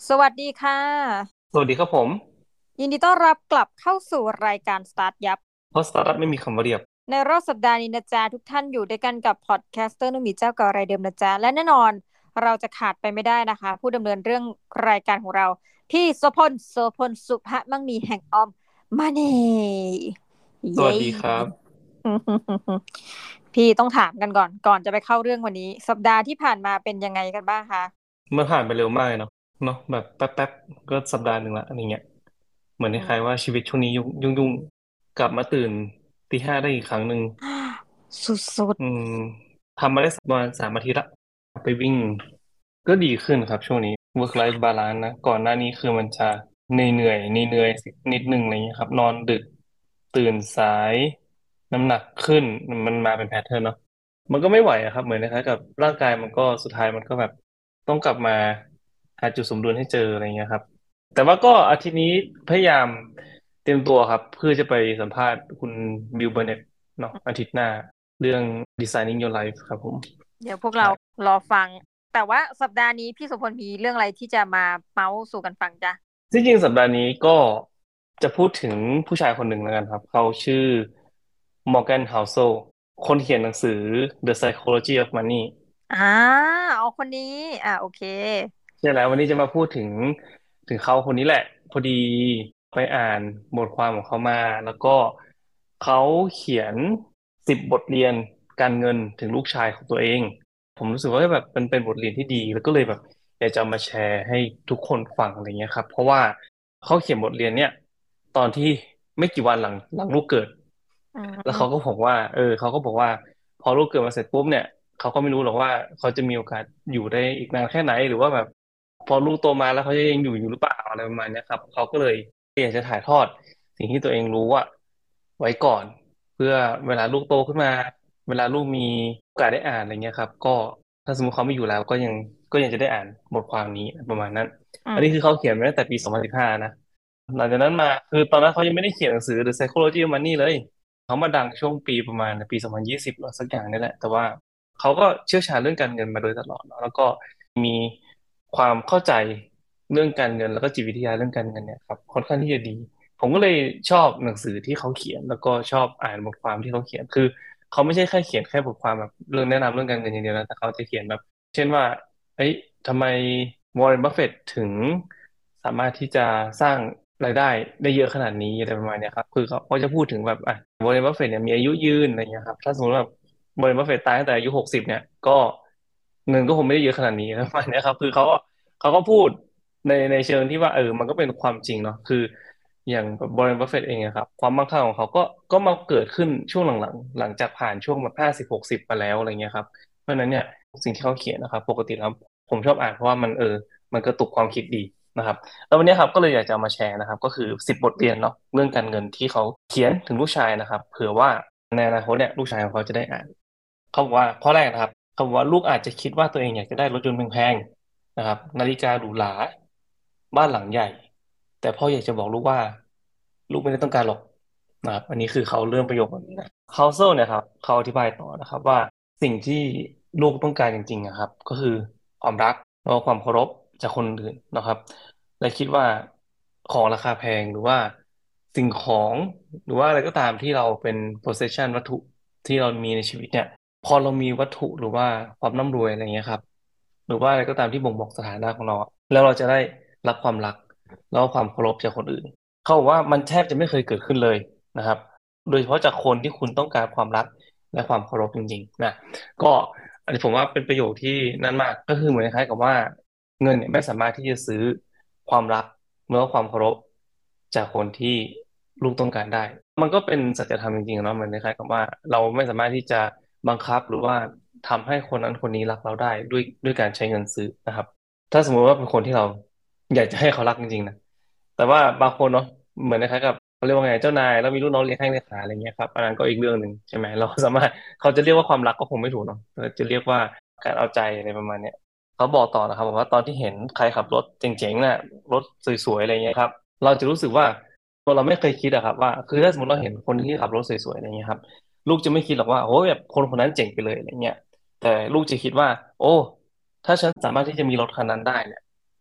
สวัสดีค่ะสวัสดีครับผมยินดีต้อนรับกลับเข้าสู่รายการสตาร์ทยับเพราะสตาร์ทอัพไม่มีคำว่าเรียบในรอบสัปดาห์นี้นะจ๊ะทุกท่านอยู่ด้วยกันกับพอดแคสเตอร์นุ่มหมีเจ้าเก่ารายเดิมนะจ๊ะและแน่นอนเราจะขาดไปไม่ได้นะคะผู้ดำเนินเรื่องรายการของเราพี่โสพลสุภมั่งมีแห่งออมมาเน่สเย้วัสดีครับพี่ต้องถามกันก่อนจะไปเข้าเรื่องวันนี้สัปดาห์ที่ผ่านมาเป็นยังไงกันบ้างคะมันผ่านไปเร็วมากเลยเนาะแบบแป๊บแป๊บก็สัปดาห์หนึ่งละอะไรเงี้ยเหมือนคอืมล้ายๆว่าชีวิตช่วงนี้ยุ่งกลับมาตื่นตี 5ได้อีกครั้งหนึ่งสุดอืมทำมาได้ประมาณ3 อาทิตย์ละไปวิ่งก็ดีขึ้นครับช่วงนี้ work life balance นะก่อนหน้านี้คือมันจะเหนื่อยนิดนึงอะไรเงี้ยครับนอนดึกตื่นสายน้ำหนักขึ้นมันมาเป็นแพทเทิร์นเนาะมันก็ไม่ไหวอะครับเหมือนนะครับกับร่างกายมันก็สุดท้ายมันก็แบบต้องกลับมาหาจุดสมดุลให้เจออะไรเงี้ยครับแต่ว่าก็อาทิตย์นี้พยายามเตรียมตัวครับเพื่อจะไปสัมภาษณ์คุณบิลเบอร์เน็ตเนาะอาทิตย์หน้า เรื่อง Designing Your Life ครับผมๆเดี๋ยวพวกเราใช่รอฟังแต่ว่าสัปดาห์นี้พี่โสพลมีเรื่องอะไรที่จะมาเมาส์สู่กันฟังจ๊ะที่จริงสัปดาห์นี้ก็จะพูดถึงผู้ชายคนหนึ่งแล้วกันครับเขาชื่อ Morgan Housel คนเขียนหนังสือ The Psychology of Money อ่าเอาคนนี้โอเคใช่แล้ววันนี้จะมาพูดถึงเขาคนนี้แหละพอดีไปอ่านบทความของเขามาแล้วก็เขาเขียน10 บทเรียนการเงินถึงลูกชายของตัวเองผมรู้สึกว่าแบบมันเป็นบทเรียนที่ดีแล้วก็เลยแบบอยากจะเอามาแชร์ให้ทุกคนฟังอะไรเงี้ยครับเพราะว่าเขาเขียนบทเรียนเนี่ยตอนที่ไม่กี่วันหลังลูกเกิดอืแล้วเขาก็มบอกว่าเขาก็บอกว่าพอลูกเกิดมาเสร็จปุ๊บเนี่ยเขาก็ไม่รู้หรอกว่าเขาจะมีโอกาสอยู่ได้อีกนานแค่ไหนหรือว่าแบบ พอลูกโตมาแล้วเขาจะยังอยู่หรือเปล่าอะไรประมาณเนี้ยครับเขาก็เลยอยากจะถ่ายทอดสิ่งที่ตัวเองรู้อะไว้ก่อนเพื่อเวลาลูกโตขึ้นมาเวลาลูกมีโอกาสได้อ่านอะไรเงี้ยครับก็ถ้าสมมติเขาไม่อยู่แล้วก็ยังจะได้อ่านบทความนี้ประมาณนั้นอันนี้คืออืมเขาเขียนมาตั้งแต่ปี2015นะหลังจากนั้นมาคือตอนนั้นเขายังไม่ได้เขียนหนังสือ The Psychology of Money เลยเขามาดังช่วงปีประมาณปี2020หรือสักอย่างนี่แหละแต่ว่าเขาก็เชี่ยวชาญเรื่องการเงินมาโดยตลอดเนอะแล้วก็มี ความเข้าใจเรื่องการเงินแล้วก็จิตวิทยาเรื่องการเงินเนี่ยครับค่อนข้างที่จะดีผมก็เลยชอบหนังสือที่เขาเขียนแล้วก็ชอบอ่านบทความที่เขาเขียนคือเขาไม่ใช่แค่เขียนแค่บทความแบบเรื่องแนะนำเรื่องการเงินอย่างเดียวนะแต่เขาจะเขียนแบบเช่นว่าเอ้ยทำไมวอร์เรนบัฟเฟตต์ถึงสามารถที่จะสร้างรายได้ได้เยอะขนาดนี้อะไรประมาณเนี้ยครับคือเขาจะพูดถึงแบบวอร์เรนบัฟเฟตต์เนี่ยมีอายุยืนอะไรเงี้ยครับถ้าสมมติว่า บริษัทบัฟเฟตต์ตายตั้งแต่อายุ60เนี่ยก็เงินก็คงไม่ได้เยอะขนาดนี้นะประมาณเนี้ยครับคือเขาก็พูดในเชิงที่ว่ามันก็เป็นความจริงเนาะคืออย่างบริษัทบัฟเฟตต์เองอะครับความมั่งคั่งของเขาก็มาเกิดขึ้นช่วงหลังๆหลังจากผ่านช่วงแบบ50-60มาแล้วอะไรเงี้ยครับเพราะฉะนั้นเนี่ยสิ่งที่เขาเขียนนะครับปกติแล้วผมชอบอ่านเพราะว่ามันกระตุกความคิดดีนะครับแล้ววันนี้ครับก็เลยอยากจะเอามาแชร์นะครับก็คือ10 บทเรียนเนาะเรื่องการเงินที่เขาเขียนถึงลูกชายนะครับเผื่อว่าในอนาคตเนี่ยลูกชายของเขาจะได้อ่าน เขาบอกว่าข้อแรกนะครับเขาบอกว่าลูกอาจจะคิดว่าตัวเองอยากจะได้รถยนต์แพงๆนะครับนาฬิกาหรูหราบ้านหลังใหญ่แต่พ่ออยากจะบอกลูกว่าลูกไม่ได้ต้องการหรอกนะครับอันนี้คือเขาเริ่มประโยคแบบนี้นะเขาเซลเนี่ยครับเขาอธิบายต่อนะครับว่าสิ่งที่ลูกต้องการจริงๆนะครับก็คือความรักแล้วก็ความเคารพจากคนอื่นนะครับและคิดว่าของราคาแพงหรือว่าสิ่งของหรือว่าอะไรก็ตามที่เราเป็น possession วัตถุ ที่เรามีในชีวิตเนี่ยพอเรามีวัตถุหรือว่าความร่ำรวยอะไรเงี้ยครับหรือว่าอะไรก็ตามที่บ่งบอกสถานะของเราอะแล้วเราจะได้รับความรักแล้วก็ความเคารพจากคนอื่นเขาบอกว่ามันแทบจะไม่เคยเกิดขึ้นเลยนะครับโดยเฉพาะจากคนที่คุณต้องการความรักและความเคารพจริงๆนะก็อันนี้ผมว่าเป็นประโยชน์ที่นั่นมากก็คือเหมือนคล้ายๆกับว่าเงินเนี่ยไม่สามารถที่จะซื้อความรักหรือว่าความเคารพจากคนที่ลูกต้องการได้ มันก็เป็นสัจธรรมจริงๆเนาะเหมือนคล้ายๆกับว่าเราไม่สามารถที่จะบังคับหรือว่าทำให้คนนั้นคนนี้รักเราได้ด้วยการใช้เงินซื้อนะครับถ้าสมมติว่าเป็นคนที่เราอยากจะให้เขารักจริงๆนะแต่ว่าบางคนเนาะเหมือนคล้ายๆกับเขาเรียกว่าไงเจ้านายแล้วมีลูกน้องเลี้ยงแข้งเลี้ยงขาอะไรเงี้ยครับอันนั้นก็อีกเรื่องหนึ่งใช่ไหมเราสามารถเขาจะเรียกว่าความรักก็คงไม่ถูกเนาะจะเรียกว่าการเอาใจอะไรประมาณเนี้ยเขาบอกต่อนะครับบอกว่าตอนที่เห็นใครขับรถเจ๋งๆน่ะรถสวยๆอะไรเงี้ยครับเราจะรู้สึกว่า ตัวเราไม่เคยคิดอะครับว่าคือถ้าสมมติเราเห็นคนที่ขับรถสวยๆอะไรเงี้ยครับลูกจะไม่คิดหรอกว่าโอ้ยแบบคนคนนั้นเจ๋งไปเลยอะไรเงี้ยแต่ลูกจะคิดว่าโอ้ถ้าฉันสามารถที่จะมีรถคันนั้นได้เนี่ย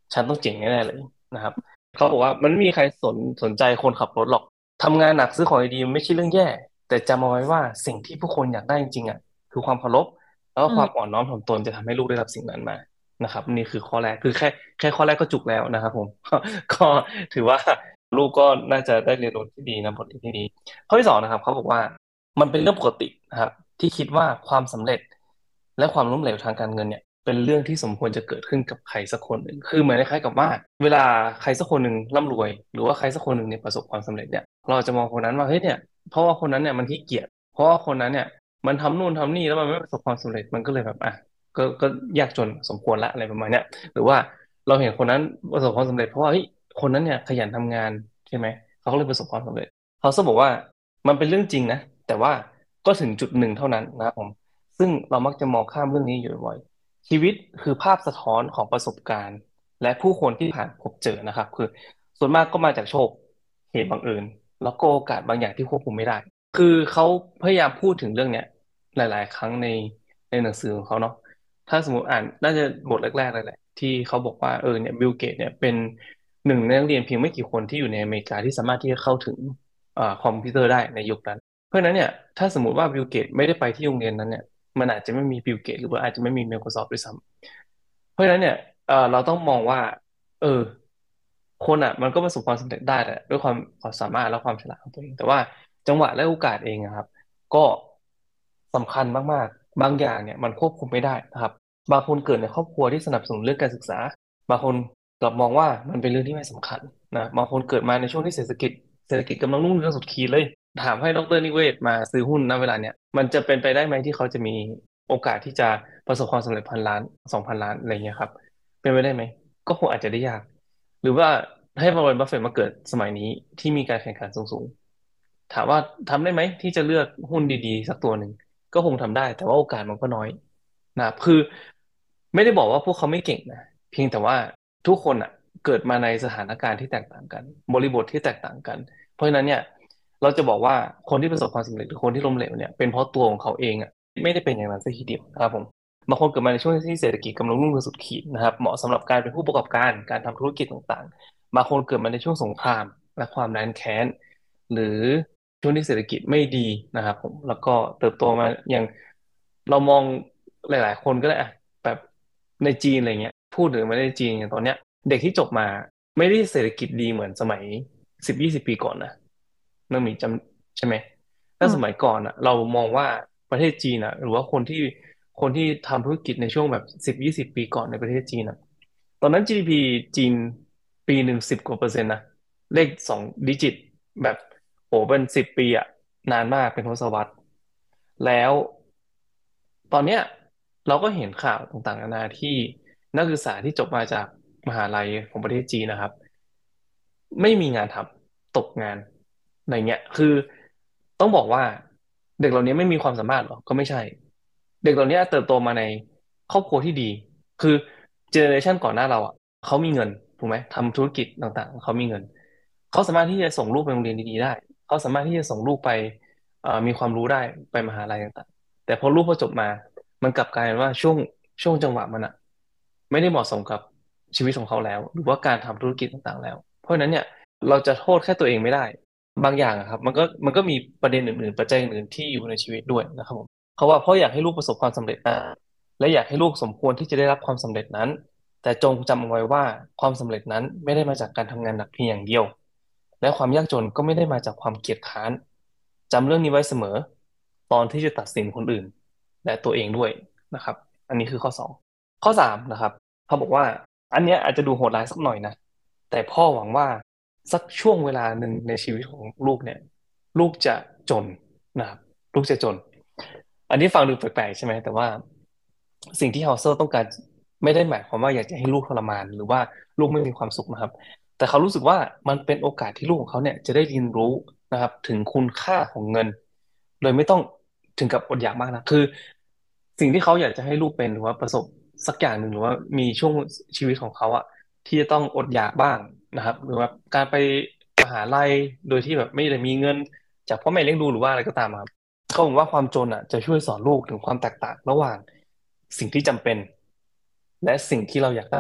ฉันต้องเจ๋งแน่ๆเลยนะครับเขาบอกว่ามันไม่มีใครสนใจคนขับรถหรอกทำงานหนักซื้อของดีๆไม่ใช่เรื่องแย่แต่จำเอาไว้ว่าสิ่งที่ผู้คนอยากได้จริงๆอ่ะคือความเคารพแล้วก็อืมความอ่อนน้อมถ่อมตนจะทำให้ลูกได้รับสิ่งนั้นมานะครับนี่คือข้อแรกคือแค่ข้อแรกก็จุกแล้วนะครับผมก็ถือว่าลูกก็น่าจะได้เรียนรู้ที่ดีนะบทเรียนที่ดีข้อที่สองนะครับเขาบอกว่ามันเป็นเรื่องปกตินะครับที่คิดว่าความสำเร็จและความล้มเหลวทางการเงินเนี่ย เป็นเรื่องที่สมควรจะเกิดขึ้นกับใครสักคนหนึ่งคือเหมือนคล้ายๆกับว่าเวลาใครสักคนหนึ่งร่ำรวยหรือว่าใครสักคนหนึ่งเนี่ยประสบความสำเร็จเนี่ยเราจะมองคนนั้นว่าเฮ้ยเนี่ยเพราะว่าคนนั้นเนี่ยมันขี้เกียจเพราะว่าคนนั้นเนี่ยมันทำนู่นทำนี่แล้วมันไม่ประสบความสำเร็จมันก็เลยแบบก็ยากจนสมควรละอะไรประมาณเนี้ยหรือว่าเราเห็นคนนั้นประสบความสำเร็จเพราะว่าเฮ้ยคนนั้นเนี่ยขยันทำงานใช่ไหมเขาก็เลยประสบความสำเร็จเขาจะบอกว่ามันเป็นเรื่องจริงนะแต่ว่าก็ถึงจุดหนึ่งเท่านั้นนะครับผมซึ่งเรามักจะมองข้ามเรื่องนี้อยู่บ่อย ชีวิตคือภาพสะท้อนของประสบการณ์และผู้คนที่ผ่านพบเจอนะครับคือส่วนมากก็มาจากโชคเหตุบังเอิญแล้วก็โอกาสบางอย่างที่ควบคุมไม่ได้คือเขาพยายามพูดถึงเรื่องเนี้ยหลายๆครั้งในหนังสือของเขาเนาะถ้าสมมติอ่านน่าจะบทแรกๆเลยแหละที่เขาบอกว่าเนี่ยบิลเกตเนี่ยเป็นหนึ่งในนักเรียนเพียงไม่กี่คนที่อยู่ในอเมริกาที่สามารถที่จะเข้าถึงคอมพิวเตอร์ได้ในยุคนั้นเพราะฉะนั้นเนี่ยถ้าสมมติว่าบิลเกตไม่ได้ไปที่โรงเรียนนั้นเนี่ย มันอาจจะไม่มีบิลเกตหรือว่าอาจจะไม่มี Microsoft ด้วยซ้ำเพราะฉะนั้นเนี่ยเราต้องมองว่าเออคนอ่ะมันก็ประสบความสำเร็จได้แหละด้วยความสามารถและความฉลาดของตัวเองแต่ว่าจังหวะและโอกาสเองอะครับก็สำคัญมากๆบางอย่างเนี่ยมันควบคุมไม่ได้นะครับบางคนเกิดในครอบครัวที่สนับสนุนเรื่องการศึกษาบางคนกลับมองว่ามันเป็นเรื่องที่ไม่สำคัญนะบางคนเกิดมาในช่วงที่เศรษฐกิจกำลังรุ่งเรืองสุดขีดเลยถามให้ดรนิเวศน์มาซื้อหุ้นณเวลาเนี้ยมันจะเป็นไปได้ไหมที่เขาจะมีโอกาสที่จะประสบความสำเร็จ1,000 ล้าน2,000 ล้านอะไรเงี้ยครับเป็นไปได้ไหมก็คงอาจจะได้ยากหรือว่าให้วอร์เรนบัฟเฟตต์มาเกิดสมัยนี้ที่มีการแข่งขันสูงๆถามว่าทำได้ไหมที่จะเลือกหุ้นดีๆสักตัวหนึ่งก็คงทำได้แต่ว่าโอกาสมันก็น้อยนะครับคือไม่ได้บอกว่าพวกเขาไม่เก่งนะเพียงแต่ว่าทุกคนอ่ะเกิดมาในสถานการณ์ที่แตกต่างกันบริบทที่แตกต่างกัน เพราะฉะนั้นเนี่ยเราจะบอกว่าคนที่ประสบความสำเร็จหรือคนที่ล้มเหลวเนี่ยเป็นเพราะตัวของเขาเองอ่ะไม่ได้เป็นอย่างนั้นสักทีเดียวนะครับผมบางคนเกิดมาในช่วงที่เศรษฐกิจกำลังรุ่งเรืองสุดขีดนะครับเหมาะสำหรับการเป็นผู้ประกอบการการทำธุรกิจต่างๆบางคนเกิดมาในช่วงสงครามและความแร้นแค้นหรือช่วงที่เศรษฐกิจไม่ดีนะครับผมแล้วก็เติบโตมาอย่างเรามองหลายๆคนก็ได้อะแบบในจีนอะไรเงี้ยพูดถึงมาในจีนอย่างตอนเนี้ยเด็กที่จบมาไม่ได้เศรษฐกิจดีเหมือนสมัย 10-20 ปีก่อนนะน้องหมีจำใช่ไหมถ้าสมัยอืมก่อนอ่ะเรามองว่าประเทศจีนอ่ะหรือว่าคนที่ทำธุรกิจในช่วงแบบ10-20 ปีก่อนในประเทศจีนอ่ะตอนนั้น GDP จีนปีหนึ่ง10 กว่าเปอร์เซ็นต์นะเลข2 ดิจิตแบบโหเป็น10 ปีอ่ะนานมากเป็นทศวรรษแล้วตอนเนี้ยเราก็เห็นข่าวต่างๆนานาที่นักศึกษาที่จบมาจากมหาลัยของประเทศจีนนะครับ ไม่มีงานทำตกงานอะไรเงี้ยคือต้องบอกว่าเด็กเหล่านี้ไม่มีความสามารถหรอก็ไม่ใช่เด็กเหล่านี้เติบโตมาในครอบครัวที่ดีคือเจเนอเรชันก่อนหน้าเราอ่ะเขามีเงินถูกไหมทำธุรกิจต่างๆเขามีเงินเขาสามารถที่จะส่งลูกไปโรงเรียนดีๆได้เขาสามารถที่จะส่งลูกไปมีความรู้ได้ไปมหาลัยต่างๆแต่พอลูกพอจบมามันกลับกลายเป็นว่าช่วงจังหวะมันอ่ะไม่ได้เหมาะสมกับชีวิตของเขาแล้วหรือว่าการทำธุรกิจต่างๆแล้ว เพราะฉะนั้นเนี่ยเราจะโทษแค่ตัวเองไม่ได้บางอย่างอะครับมันก็มีประเด็นอื่นๆปัจจัยอื่นๆที่อยู่ในชีวิตด้วยนะครับผมเพราะอยากให้ลูกประสบความสำเร็จและอยากให้ลูกสมควรที่จะได้รับความสำเร็จนั้นแต่จงจำเอาไว้ว่าความสำเร็จนั้นไม่ได้มาจากการทำงานหนักเพียงอย่างเดียวและความยากจนก็ไม่ได้มาจากความเกียจคร้านจำเรื่องนี้ไว้เสมอตอนที่จะตัดสินคนอื่นและตัวเองด้วยนะครับอันนี้คือข้อสองข้อสามนะครับเขาบอกว่าอันเนี้ยอาจจะดูโหดร้ายสักหน่อยนะ แต่พ่อหวังว่าสักช่วงเวลาหนึ่งในชีวิตของลูกเนี่ยลูกจะจนนะครับลูกจะจนอันนี้ฟังดูแปลกๆใช่ไหมแต่ว่าสิ่งที่เฮาเซอร์ต้องการไม่ได้หมายความว่าอยากจะให้ลูกทรมานหรือว่าลูกไม่มีความสุขนะครับแต่เขารู้สึกว่ามันเป็นโอกาสที่ลูกของเขาเนี่ยจะได้เรียนรู้นะครับถึงคุณค่าของเงินโดยไม่ต้องถึงกับอดอยากมากนะคือสิ่งที่เขาอยากจะให้ลูกเป็นหรือว่าประสบสักอย่างหนึ่งหรือว่ามีช่วงชีวิตของเขาอะ ที่จะต้องอดอยากบ้างนะครับหรือว่าการไปมหาลัยโดยที่แบบไม่ได้มีเงินจากพ่อแม่เลี้ยงดูหรือว่าอะไรก็ตามครับเขาบอกว่าความจนอ่ะจะช่วยสอนลูกถึงความแตกต่างระหว่างสิ่งที่จำเป็นและสิ่งที่เราอยากได้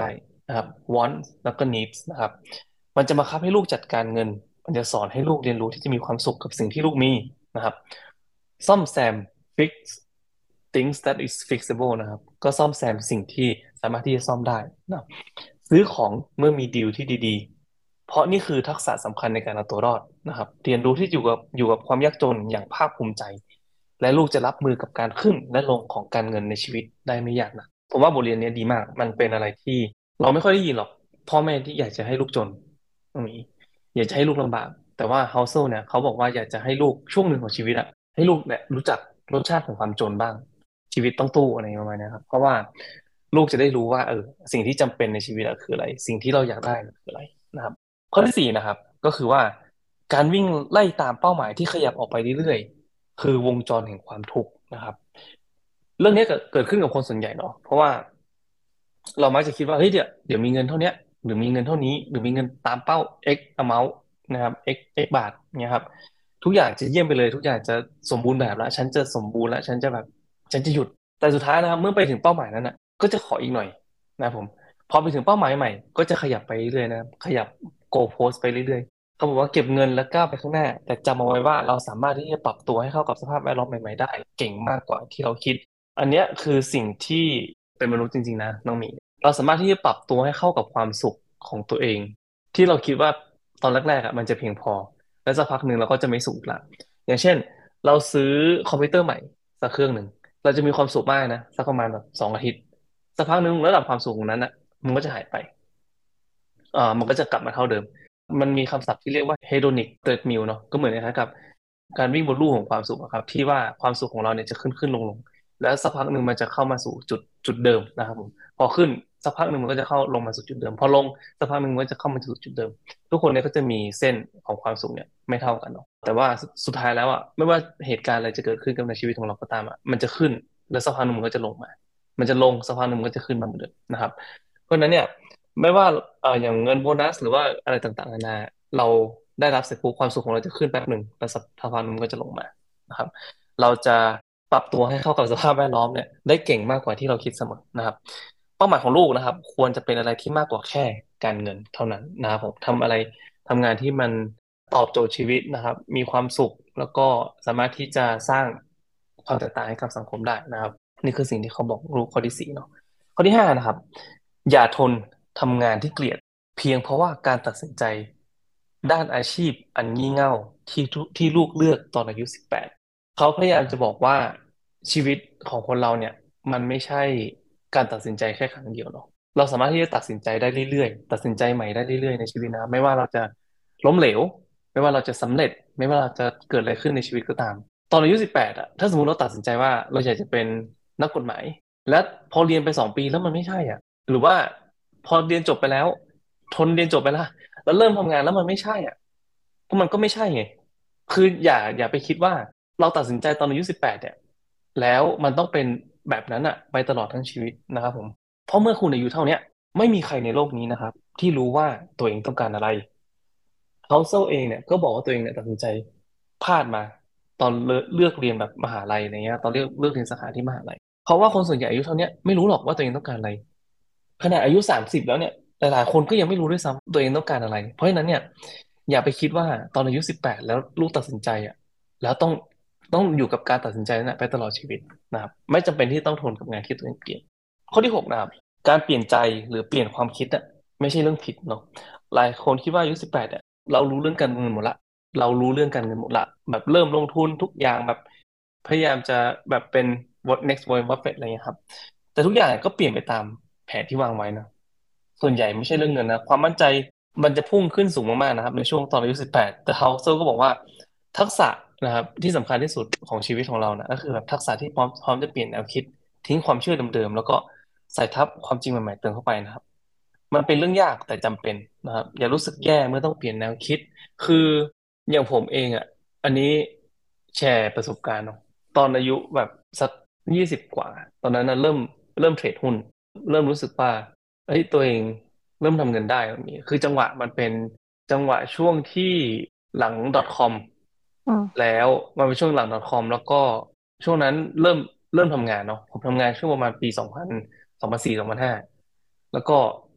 นะครับ wants แล้วก็ needs นะครับมันจะบังคับให้ลูกจัดการเงินมันจะสอนให้ลูกเรียนรู้ที่จะมีความสุขกับสิ่งที่ลูกมีนะครับซ่อมแซม fix things that is fixable นะครับก็ซ่อมแซมสิ่งที่สามารถที่จะซ่อมได้นะซื้อของเมื่อมีดีลที่ดีๆเพราะนี่คือทักษะสำคัญในการเอาตัวรอดนะครับเรียนรู้ที่อยู่กับความยากจนอย่างภาคภูมิใจ และลูกจะรับมือกับการขึ้นและลงของการเงินในชีวิตได้ไม่ยากนะผมว่าบทเรียนนี้ดีมากมันเป็นอะไรที่เราไม่ค่อยได้ยินหรอกพ่อแม่ที่อยากจะให้ลูกจนตรงนี้อยากจะให้ลูกลำบากแต่ว่า Housel เนี่ยเขาบอกว่าอยากจะให้ลูกช่วงหนึ่งของชีวิตอะให้ลูกเนี่ยรู้จักรสชาติของความจนบ้างชีวิตต้องตู้อะไรประมาณเนี้ยครับเพราะว่าลูกจะได้รู้ว่าสิ่งที่จำเป็นในชีวิตอะคืออะไรสิ่งที่เราอยากได้คืออะไรนะครับข้อที่สี่นะครับก็คือว่าการวิ่งไล่ตามเป้าหมายที่ขยับออกไปเรื่อยๆ คือวงจรแห่งความทุกข์นะครับเรื่องนี้เกิดขึ้นกับคนส่วนใหญ่เนาะเพราะว่าเรามักจะคิดว่าเฮ้ยเดี๋ยวมีเงินเท่าเนี้ยหรือมีเงินเท่านี้หรือมีเงินตามเป้า x amount นะครับ x บาทเนี่ยครับทุกอย่างจะเยี่ยมไปเลยทุกอย่างจะสมบูรณ์แบบแล้วฉันจะสมบูรณ์แล้วฉันจะหยุดแต่สุดท้ายนะครับเมื่อไปถึงเป้าหมายนั้นนะก็จะขออีกหน่อยนะครับผมพอไปถึงเป้าหมายใหม่ก็จะขยับไปเรื่อยๆนะครับขยับ goal post ไปเรื่อยๆ เขาบอกว่าเก็บเงินแล้วก้าวไปข้างหน้าแต่จำเอาไว้ว่าเราสามารถที่จะปรับตัวให้เข้ากับสภาพแวดล้อมใหม่ๆได้เก่งมากกว่าที่เราคิดอันเนี้ยคือสิ่งที่เป็นมนุษย์จริงๆนะน้องหมีเราสามารถที่จะปรับตัวให้เข้ากับความสุขของตัวเองที่เราคิดว่าตอนแรกๆอ่ะมันจะเพียงพอแล้วสักพักหนึ่งเราก็จะไม่สุขอีกละอย่างเช่นเราซื้อคอมพิวเตอร์ใหม่สักเครื่องหนึ่งเราจะมีความสุขมากนะสักประมาณแบบ2 อาทิตย์สักพักหนึ่งระดับความสุขของนั้นอ่ะมันก็จะหายไปมันก็จะกลับมาเท่าเดิม มันมีคำศัพท์ที่เรียกว่า hedonic treadmill เนาะก็เหมือนนะครับกับการวิ่งบนลู่ของความสุขอะครับที่ว่าความสุขของเราเนี่ยจะขึ้นลงแล้วสักพักหนึ่งมันจะเข้ามาสู่จุดเดิมนะครับผมพอขึ้นสักพักหนึ่งมันก็จะเข้าลงมาสู่จุดเดิมพอลงสักพักหนึ่งมันก็จะเข้ามาสู่จุดเดิมทุกคนเนี่ยก็จะมีเส้นของความสุขเนี่ยไม่เท่ากันเนาะแต่ว่าสุดท้ายแล้วอ่ะไม่ว่าเหตุการณ์อะไรจะเกิดขึ้นกับในชีวิตของเราก็ตามอ่ะมันจะขึ้นแล้วสักพักหนึ่งมันก็จะลงมามันจะลงสักพักหนึ่งมันก็จะขึ้นมาเหมือนเดิมนะครับเพราะฉะนั้นเนี่ย ไม่ว่าอย่างเงินโบนัสหรือว่าอะไรต่างๆนานาเราได้รับเสร็จปุ๊บความสุขของเราจะขึ้นแป๊บหนึ่งแล้วสักพักหนึ่งมันก็จะลงมานะครับเราจะปรับตัวให้เข้ากับสภาพแวดล้อมเนี่ยได้เก่งมากกว่าที่เราคิดเสมอนะครับเป้าหมายของลูกนะครับควรจะเป็นอะไรที่มากกว่าแค่การเงินเท่านั้นนะครับผมทำงานที่มันตอบโจทย์ชีวิตนะครับมีความสุขแล้วก็สามารถที่จะสร้างความแตกต่างให้กับสังคมได้นะครับนี่คือสิ่งที่เขาบอกลูกข้อที่สี่เนาะ ข้อที่ห้านะครับอย่าทนทำงานที่เกลียดเพียงเพราะว่าการตัดสินใจด้านอาชีพอันงี่เง่าที่ลูกเลือกตอนอายุ18เขาพยายามจะบอกว่าชีวิตของคนเราเนี่ยมันไม่ใช่การตัดสินใจแค่ครั้งเดียวเนาะเราสามารถที่จะตัดสินใจได้เรื่อยๆตัดสินใจใหม่ได้เรื่อยๆในชีวิตนะไม่ว่าเราจะล้มเหลวไม่ว่าเราจะสำเร็จไม่ว่าเราจะเกิดอะไรขึ้นในชีวิตก็ตามตอนอายุ18อะถ้าสมมติเราตัดสินใจว่าเราอยากจะเป็นนักกฎหมาย แล้วพอเรียนไป2 ปีแล้วมันไม่ใช่อ่ะหรือว่าพอเรียนจบไปแล้วทนเรียนจบไปแล้วเริ่มทำงานแล้วมันไม่ใช่อ่ะก็มันก็ไม่ใช่ไงคืออย่าไปคิดว่าเราตัดสินใจตอนอายุ18เนี่ยแล้วมันต้องเป็นแบบนั้นอ่ะไปตลอดทั้งชีวิตนะครับผมเพราะเมื่อคุณอายุเท่าเนี้ยไม่มีใครในโลกนี้นะครับที่รู้ว่าตัวเองต้องการอะไรเขาเซลเองเนี่ยก็บอกว่าตัวเองเนี่ยตัดสินใจพลาดมาตอนเลือกเรียนแบบมหาลัยอะไรเงี้ยตอนเลือกเรียนสาขาที่มหาลัย เพราะว่าคนส่วนใหญ่อายุเท่าเนี้ยไม่รู้หรอกว่าตัวเองต้องการอะไรขนาดอายุ30แล้วเนี่ยหลายๆคนก็ยังไม่รู้ด้วยซ้ำตัวเองต้องการอะไรเพราะฉะนั้นเนี่ยอย่าไปคิดว่าตอนอายุ18แล้วลูกตัดสินใจอ่ะแล้วต้องอยู่กับการตัดสินใจนั้นนะไปตลอดชีวิตนะครับไม่จำเป็นที่ต้องทนกับงานที่ตัวเองเกลียดข้อที่6นะครับการเปลี่ยนใจหรือเปลี่ยนความคิดอ่ะไม่ใช่เรื่องผิดเนาะหลายคนคิดว่าอายุ18เนี่ยเรารู้เรื่องการเงินหมดละเรารู้เรื่องการเงินหมดละแบบเริ่มลงทุนทุกอย่างแบบ พยายามจะแบบเป็น next Warren Buffett อะไรเงี้ยครับแต่ทุกอย่างก็เปลี่ยนไปตามแผนที่วางไว้นะส่วนใหญ่ไม่ใช่เรื่องเงินนะความมั่นใจมันจะพุ่งขึ้นสูงมากๆนะครับในช่วงตอนอายุ18แต่เฮาเซอร์ก็บอกว่าทักษะนะครับที่สำคัญที่สุดของชีวิตของเรานะก็คือแบบทักษะที่พร้อมจะเปลี่ยนแนวคิดทิ้งความเชื่อเดิมๆแล้วก็ใส่ทับความจริงใหม่ๆเติมเข้าไปนะครับมันเป็นเรื่องยากแต่จำเป็นนะครับอย่ารู้สึกแย่เมื่อต้องเปลี่ยนแนวคิดคืออย่างผมเองอ่ะอันนี้แชร์ประสบการณ์เนาะ ตอนอายุแบบสัก20 กว่าตอนนั้นนะเริ่มเทรดหุ้นเริ่มรู้สึกว่าเฮ้ยตัวเองเริ่มทำเงินได้แบบนี้คือจังหวะมันเป็นจังหวะช่วงที่หลัง .com อืมแล้วมันเป็นช่วงหลัง .com แล้วก็ช่วงนั้นเริ่มทำงานเนาะผมทำงานช่วงประมาณปี2004 2005แล้วก็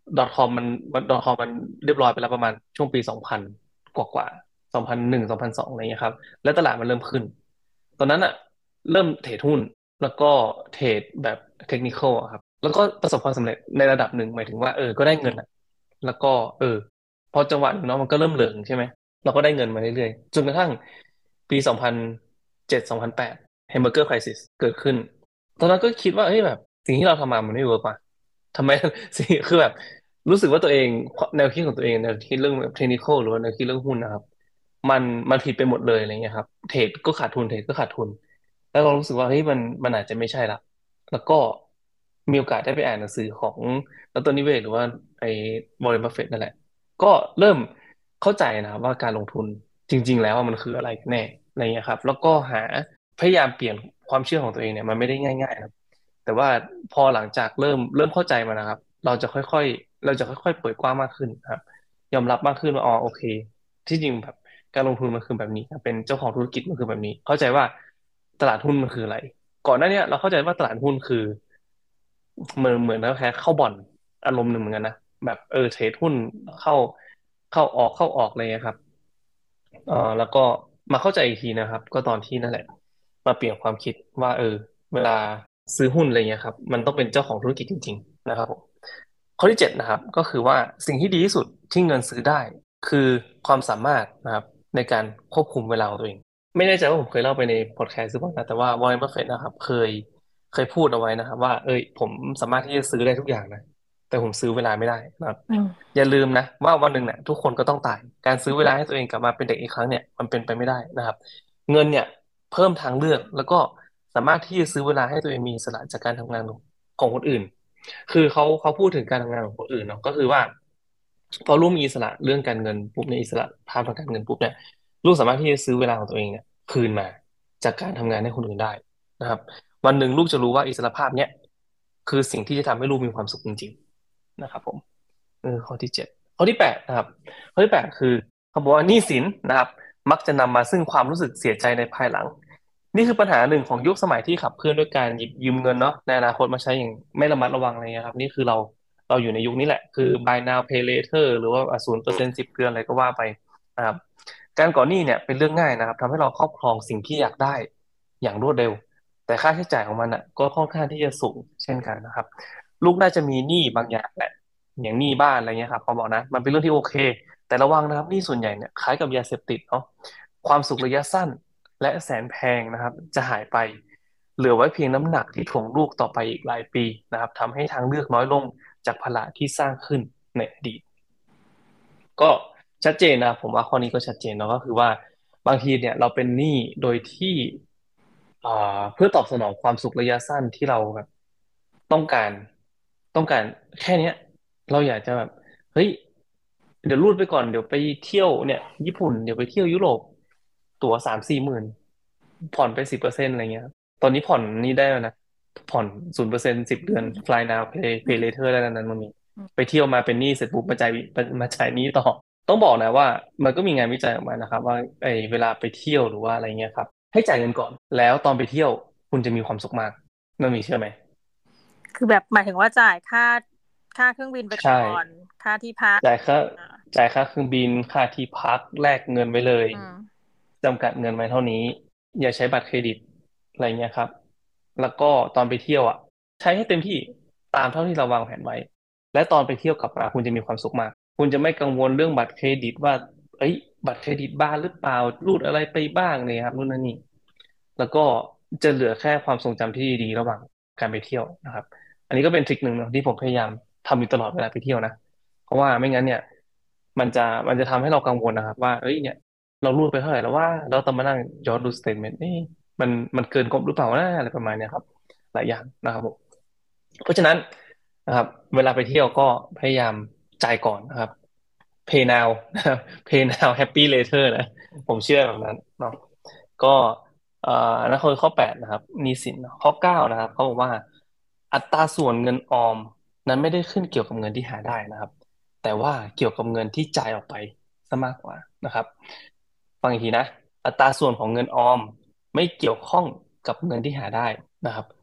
.com มันเรียบร้อยไปแล้วประมาณช่วงปี2000กว่า20012002อะไรเงี้ยครับแล้วตลาดมันเริ่มขึ้นตอนนั้นอะเริ่มเทรดหุ้นแล้วก็เทรดแบบเทคนิคอลครับแล้วก็ประสบความสำเร็จในระดับหนึ่งหมายถึงว่าก็ได้เงินอะแล้วก็พอจังหวะหนึ่งเนาะมันก็เริ่มเหลืองใช่ไหมเราก็ได้เงินมาเรื่อยๆจนกระทั่งปี20072008แฮมเบอร์เกอร์ไครซิสเกิดขึ้นตอนนั้นก็คิดว่าเฮ้ยแบบสิ่งที่เราทำมามันไม่เวิร์กว่ะทำไมสิ่งคือแบบรู้สึกว่าตัวเองแนวคิดของตัวเองแนวคิดเรื่องแบบเทคนิคอลหรือว่าแนวคิดเรื่องหุ้นนะครับมันมันผิดไปหมดเลยอะไรเงี้ยครับเทรดก็ขาดทุนเทรดก็ขาดทุนแล้วเรารู้สึกว่าเฮ้ยมันอาจจะไม่ใช่ละแล้วก็มีโอกาสได้ไปอ่านหนังสือของดรนิเวศน์หรือว่าไอ้วอร์เรนบัฟเฟตต์นั่นแหละ ก็เริ่มเข้าใจนะครับว่าการลงทุนจริงๆแล้วมันคืออะไรกันแน่อะไรเงี้ยครับแล้วก็พยายามเปลี่ยนความเชื่อของตัวเองเนี่ยมันไม่ได้ง่ายๆนะแต่ว่าพอหลังจากเริ่มเข้าใจมันนะครับเราจะค่อยๆเปิดกว้างมากขึ้นครับยอมรับมากขึ้นว่าอ๋อโอเคที่จริงแบบการลงทุนมันคือแบบนี้ครับเป็นเจ้าของธุรกิจมันคือแบบนี้เข้าใจว่าตลาดหุ้นมันคืออะไรก่อนหน้าเนี้ยเราเข้าใจว่าตลาดหุ้นคือเหมือนแล้วแค่เข้าบ่อนอารมณ์หนึ่งเหมือนกันนะ แบบเทรดหุ้นเข้าเข้าออกอะไรเงี้ยครับแล้วก็มาเข้าใจอีกทีนะครับก็ตอนที่นั่นแหละมาเปลี่ยนความคิดว่าเวลาซื้อหุ้นอะไรเงี้ยครับมันต้องเป็นเจ้าของธุรกิจจริงๆนะครับผมข้อที่7นะครับก็คือว่าสิ่งที่ดีที่สุดที่เงินซื้อได้คือความสามารถนะครับในการควบคุมเวลาของตัวเองไม่แน่ใจว่าผมเคยเล่าไปในพอดแคสต์หรือเปล่านะแต่ว่าวอร์เรนบัฟเฟตนะครับเคยพูดเอาไว้นะครับว่าผมสามารถที่จะซื้อได้ทุกอย่างนะแต่ผมซื้อเวลาไม่ได้นะครับอืมอย่าลืมนะว่าวันหนึ่งเนี่ยทุกคนก็ต้องตายการซื้อเวลาให้ตัวเองกลับมาเป็นเด็กอีกครั้งเนี่ยมันเป็นไปไม่ได้นะครับเงินเนี่ยเพิ่มทางเลือกแล้วก็สามารถที่จะซื้อเวลาให้ตัวเองมีอิสระจากการทำงานของคนอื่นคือเขาพูดถึงการทำงานของคนอื่นเนาะก็คือว่าพอลูกมีอิสระเรื่องการเงินปุ๊บเนี่ยอิสระภาพทางการเงินปุ๊บเนี่ยลูกสามารถที่จะซื้อเวลาของตัวเองเนี่ยคืนมาจากการทำงานให้คนอื่นได้นะครับวันหนึ่งลูกจะรู้ว่าอิสรภาพเนี่ยคือสิ่งที่จะทำให้ลูกมีความสุขจริงๆนะครับผม ข้อที่7ข้อที่8นะครับข้อที่8คือเขาบอกว่าหนี้สินนะครับมักจะนำมาซึ่งความรู้สึกเสียใจในภายหลังนี่คือปัญหาหนึ่งของยุคสมัยที่ขับเคลื่อนด้วยการหยิบยืมเงินเนาะในอนาคตมาใช้อย่างไม่ระมัดระวังอะไรเงี้ยครับนี่คือเราอยู่ในยุคนี้แหละคือ buy now pay later หรือว่า0% 10 เดือนอะไรก็ว่าไปนะครับการก่อหนี้เนี่ยเป็นเรื่องง่ายนะครับทำให้เราครอบครองสิ่งที่อยากได้อย่างรวดเร็วแต่ค่าใช้จ่ายของมันอ่ะก็ค่อนข้างที่จะสูงเช่นกันนะครับลูกน่าจะมีหนี้บางอย่างแหละ อย่างหนี้บ้านอะไรเงี้ยครับเขาบอกนะมันเป็นเรื่องที่โอเคแต่ระวังนะครับหนี้ส่วนใหญ่เนี่ยคล้ายกับยาเสพติดเนาะความสุขระยะสั้นและแสนแพงนะครับจะหายไปเหลือไว้เพียงน้ำหนักที่ถ่วงลูกต่อไปอีกหลายปีนะครับทำให้ทางเลือกน้อยลงจากภาระที่สร้างขึ้นในอดีตก็ชัดเจนนะผมว่าข้อนี้ก็ชัดเจนเนาะก็คือว่าบางทีเนี่ยเราเป็นหนี้โดยที่อ่าเพื่อตอบสนองความสุขระยะสั้นที่เราแบบต้องการต้องการแค่เนี้ยเราอยากจะแบบ เฮ้ยเดี๋ยวรูดไปก่อนเดี๋ยวไปเที่ยวเนี่ยญี่ปุ่นเดี๋ยวไปเที่ยวยุโรปตั๋ว3-4 หมื่นผ่อนไป10%อะไรเงี้ยครับตอนนี้ผ่อนนี่ได้แล้วนะผ่อน0% 10 เดือน fly now pay later ได้แล้วนั้นมันมีไปเที่ยวมาเป็นหนี้เสร็จปุ๊บมาจ่ายหนี้ต่อต้องบอกนะว่ามันก็มีงานวิจัยออกมานะครับว่าเวลาไปเที่ยวหรือว่าอะไรเงี้ยครับให้จ่ายเงินก่อนแล้วตอนไปเที่ยวคุณจะมีความสุขมากนั่นมีเชื่อไหมคือแบบหมายถึงว่าจ่ายค่าเครื่องบินไปใช่ก่อนค่าที่พักจ่ายค่าอ่าจ่ายค่าเครื่องบินค่าที่พักแลกเงินไว้เลยอืมจำกัดเงินไว้เท่านี้อย่าใช้บัตรเครดิตอะไรเงี้ยครับแล้วก็ตอนไปเที่ยวอ่ะใช้ให้เต็มที่ตามเท่าที่เราวางแผนไว้และตอนไปเที่ยวกลับมาคุณจะมีความสุขมากคุณจะไม่กังวลเรื่องบัตรเครดิตว่าเอ้ยบัตรเครดิตบ้านหรือเปล่ารูดอะไรไปบ้างเนี่ยครับนู่นนั่นนี่แล้วก็จะเหลือแค่ความทรงจำที่ดีๆระหว่างการไปเที่ยวนะครับอันนี้ก็เป็นทริคหนึ่งเนอะที่ผมพยายามทำอยู่ตลอดเวลาไปเที่ยวนะเพราะว่าไม่งั้นเนี่ยมันจะทำให้เรากังวลนะครับว่าเอ้ยเนี่ย เรารูดไปเท่าไหร่แล้วว่าเราต้องมานั่งย้อนดูสเตทเมนต์มันเกินงบหรือเปล่านะอะไรประมาณเนี้ยครับหลายอย่างนะครับผมเพราะฉะนั้นนะครับเวลาไปเที่ยวก็พยายามจ่ายก่อนนะครับ pay now นะครับ pay now happy later นะผมเชื่อแบบนั้นเนาะก็นั่นคือข้อ8นะครับหนี้สินข้อ9นะครับเขาบอกว่าอัตราส่วนเงินออมนั้นไม่ได้ขึ้นเกี่ยวกับเงินที่หาได้นะครับ แต่ว่าเกี่ยวกับเงินที่จ่ายออกไปซะมากกว่านะครับฟังอีกทีนะอัตราส่วนของเงินออมไม่เกี่ยวข้องกับเงินที่หาได้นะครับ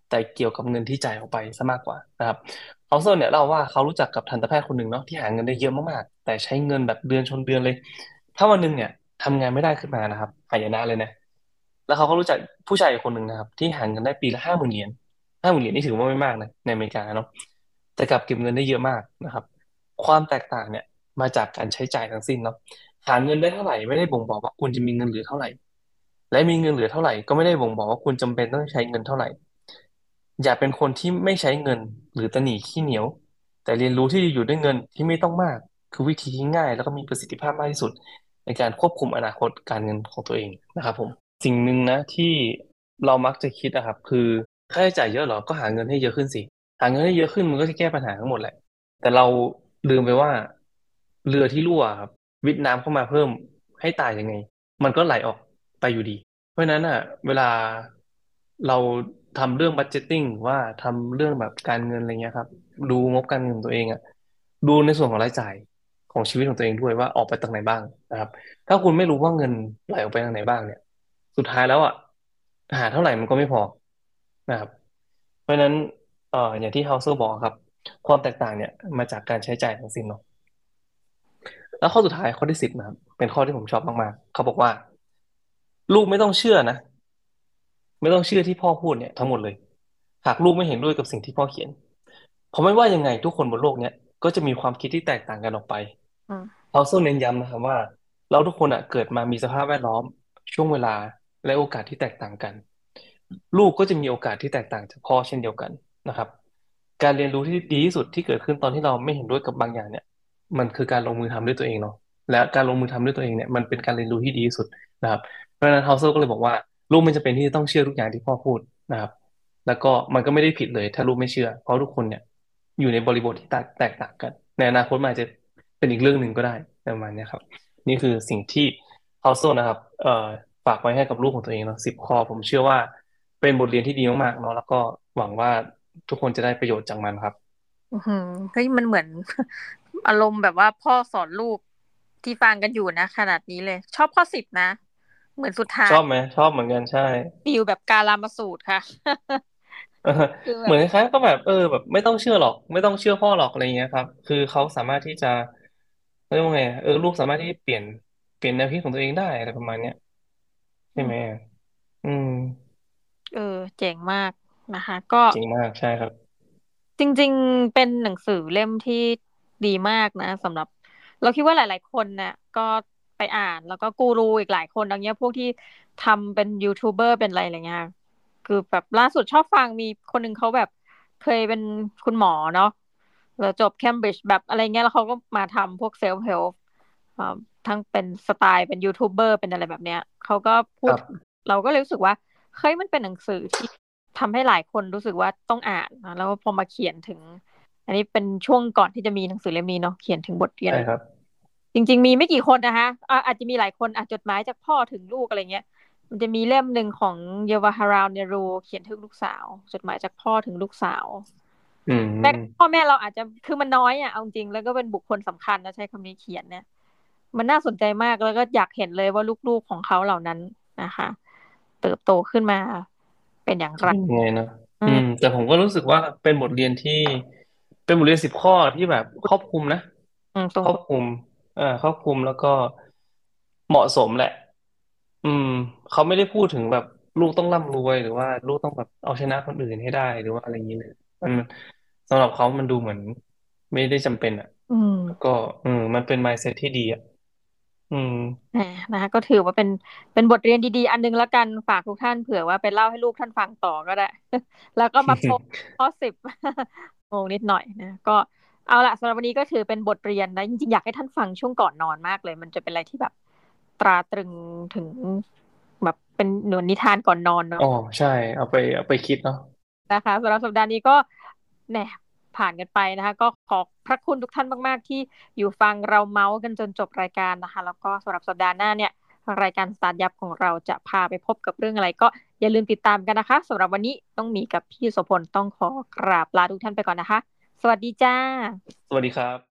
แต่เกี่ยวกับเงินที่จ่ายออกไปซะมากกว่านะครับเอาโซเนี่ยเล่าว่าเขารู้จักกับทันตแพทย์คนหนึ่งเนาะที่หาเงินได้เยอะมากๆแต่ใช้เงินแบบเดือนชนเดือนเลยถ้าวันหนึ่งเนี่ยทำงานไม่ได้ขึ้นมานะครับหายนะเลยนะแล้วเขาก็รู้จักผู้ชายอีกคนหนึ่งนะครับที่หาเงินได้ปีละ50,000 เหรียญ50,000 เหรียญนี่ถือว่าไม่มากนะในอเมริกาเนาะแต่กลับเก็บเงินได้เยอะมากนะครับความแตกต่างเนี่ยมาจากการใช้จ่ายทั้งสิ้นเนาะหาเงินได้เท่าไหร่ไม่ได้บ่งบอกว่าคุณจะมีเงินเหลือเท่าไหร่และมีเงินเหลือเท่าไหร่ก็ไม่ได้บ่งบอกว่าคุณจำเป็นต้องใช้เงินเท่าไหร่ อย่าเป็นคนที่ไม่ใช้เงินหรือตะหนี่ขี้เหนียวแต่เรียนรู้ที่จะอยู่ด้วยเงินที่ไม่ต้องมากคือวิธีที่ง่ายแล้วก็มีประสิทธิภาพมากที่สุดในการควบคุมอนาคตการเงินของตัวเองนะครับผมสิ่งหนึ่งนะที่เรามักจะคิดนะครับคือค่าใช้จ่ายเยอะเหรอก็หาเงินให้เยอะขึ้นสิหาเงินให้เยอะขึ้นมันก็จะแก้ปัญหาทั้งหมดแหละแต่เราลืมไปว่าเรือที่รั่วครับวิทย์น้ำเข้ามาเพิ่มให้ตายยังไงมันก็ไหลออกไปอยู่ดี เพราะฉะนั้นอ่ะเวลาเราทำเรื่องบัดเจ็ตติ้งว่าทำเรื่องแบบการเงินอะไรเงี้ยครับดูงบการเงินของตัวเองอ่ะดูในส่วนของรายจ่ายของชีวิตของตัวเองด้วยว่าออกไปทางไหนบ้างนะครับถ้าคุณไม่รู้ว่าเงินไหลออกไปทางไหนบ้างเนี่ยสุดท้ายแล้วอ่ะหาเท่าไหร่มันก็ไม่พอนะครับเพราะฉะนั้นอย่างที่เฮาเซอร์บอกครับความแตกต่างเนี่ยมาจากการใช้จ่ายทั้งสิ้นเนาะแล้วข้อสุดท้ายข้อที่10นะครับเป็นข้อที่ผมชอบมากๆเขาบอกว่าลูกไม่ต้องเชื่อนะ ไม่ต้องเชื่อที่พ่อพูดเนี่ยทั้งหมดเลยหากลูกไม่เห็นด้วยกับสิ่งที่พ่อเขียนเพราะไม่ว่ายังไงทุกคนบนโลกเนี้ยก็จะมีความคิดที่แตกต่างกันออกไปอืมเขาโซ่เน้นย้ำนะครับว่าเราทุกคนอ่ะเกิดมามีสภาพแวดล้อมช่วงเวลาและโอกาสที่แตกต่างกันลูกก็จะมีโอกาสที่แตกต่างจากพ่อเช่นเดียวกันนะครับการเรียนรู้ที่ดีที่สุดที่เกิดขึ้นตอนที่เราไม่เห็นด้วยกับบางอย่างเนี่ยมันคือการลงมือทำด้วยตัวเองเนาะและการลงมือทำด้วยตัวเองเนี่ยมันเป็นการเรียนรู้ที่ดีที่สุดนะครับ เพราะฉะนั้นเฮาเซอร์ก็เลยบอกว่าลูกไม่จำเป็นที่จะต้องเชื่อทุกอย่างที่พ่อพูดนะครับแล้วก็มันก็ไม่ได้ผิดเลยถ้าลูกไม่เชื่อเพราะทุกคนเนี่ยอยู่ในบริบทที่แตกต่างกันในอนาคตมันอาจจะเป็นอีกเรื่องหนึ่งก็ได้ประมาณเนี้ยครับนี่คือสิ่งที่เฮาเซอร์นะครับฝากไว้ให้กับลูกของตัวเองเนาะ10 ข้อผมเชื่อว่าเป็นบทเรียนที่ดีมากๆเนาะแล้วก็หวังว่าทุกคนจะได้ประโยชน์จากมันครับอือหือเฮ้ยมันเหมือนอารมณ์แบบว่าพ่อสอนลูกที่ฟังกันอยู่นะขนาดนี้เลยชอบข้อ10นะเหมือนสุดท้ายชอบไหมชอบเหมือนกันใช่ฟีลแบบกาลามาสูตรค่ะเออคือแบบเหมือนคล้ายๆก็แบบแบบไม่ต้องเชื่อหรอกไม่ต้องเชื่อพ่อหรอกอะไรเงี้ยครับคือเขาสามารถที่จะเรียกว่าไงลูกสามารถที่จะเปลี่ยนแนวคิดของตัวเองได้อะไรประมาณเนี้ยใช่ไหมอืมอืมเออเจ๋งมากนะคะก็จริงมากใช่ครับจริงๆเป็นหนังสือเล่มที่ดีมากนะสำหรับเราคิดว่าหลายๆคนเนี่ยก็ไปอ่านแล้วก็กูรูอีกหลายคนอย่างเงี้ยพวกที่ทำเป็นยูทูบเบอร์เป็นอะไรเงี้ยคือแบบล่าสุดชอบฟังมีคนหนึ่งเขาแบบเคยเป็นคุณหมอเนาะแล้วจบเคมบริดจ์แบบอะไรเงี้ยแล้วเขาก็มาทำพวกเซลฟ์เฮลป์ทั้งเป็นสไตล์เป็นยูทูบเบอร์เป็นอะไรแบบเนี้ยเขาก็พูดครับเราก็เลยรู้สึกว่าเฮ้ยมันเป็นหนังสือที่ ทำให้หลายคนรู้สึกว่าต้องอ่านนะแล้วพอมาเขียนถึงอันนี้เป็นช่วงก่อนที่จะมีหนังสือเล่มนี้เนาะเขียนถึงบทเรียนใช่ครับจริงๆมีไม่กี่คนนะคะอาจจะมีหลายคนจดหมายจากพ่อถึงลูกอะไรเงี้ยมันจะมีเล่มหนึ่งของเยาวาฮาราวเนรูเขียนถึงลูกสาวจดหมายจากพ่อถึงลูกสาวอืแม้พ่อมแม่เราอาจจะคือมันน้อยเอาจริงๆแล้วก็เป็นบุคคลสำคัญนะใช้คำนี้เขียนเนี่ยมันน่าสนใจมากแล้วก็อยากเห็นเลยว่าลูกๆของเขาเหล่านั้นนะคะเติบโตขึ้นมาเป็นอย่างไรจะเป็นยังไงเนอะอืมแต่ผมก็รู้สึกว่าเป็นบทเรียนที่เป็นบทเรียน10 ข้อที่แบบครอบคลุมนะตรงครอบคลุมครอบคลุมแล้วก็เหมาะสมแหละอืมเขาไม่ได้พูดถึงแบบลูกต้องร่ำรวยหรือว่าลูกต้องแบบเอาชนะคนอื่นให้ได้หรือว่าอะไรอย่างนี้เลยมันสำหรับเขามันดูเหมือนไม่ได้จำเป็นอ่ะอืมแล้วก็มันเป็น mindset ที่ดีอ่ะอืมแหมนะคะก็ถือว่าเป็นบทเรียนดีๆอันนึงแล้วกันฝากทุกท่านเผื่อว่าไปเล่าให้ลูกท่านฟังต่อก็ได้แล้วก็มาชม ข้อ 10งงนิดหน่อยนะก็เอาละสำหรับวันนี้ก็ถือเป็นบทเรียนนะจริงๆอยากให้ท่านฟังช่วงก่อนนอนมากเลยมันจะเป็นอะไรที่แบบตราตรึงถึงแบบเป็นหนวนนิทานก่อนนอนเนาะอ๋อใช่เอาไปคิดเนาะนะคะสำหรับสัปดาห์นี้ก็แหน่ผ่านกันไปนะคะก็ขอพระคุณทุกท่านมากๆที่อยู่ฟังเราเมาส์กันจนจบรายการนะคะแล้วก็สำหรับสัปดาห์หน้าเนี่ยรายการสตาร์ทยับของเราจะพาไปพบกับเรื่องอะไรก็อย่าลืมติดตามกันนะคะสำหรับวันนี้ต้องมีกับพี่โสพลต้องขอกราบลาทุกท่านไปก่อนนะคะสวัสดีจ้าสวัสดีครับ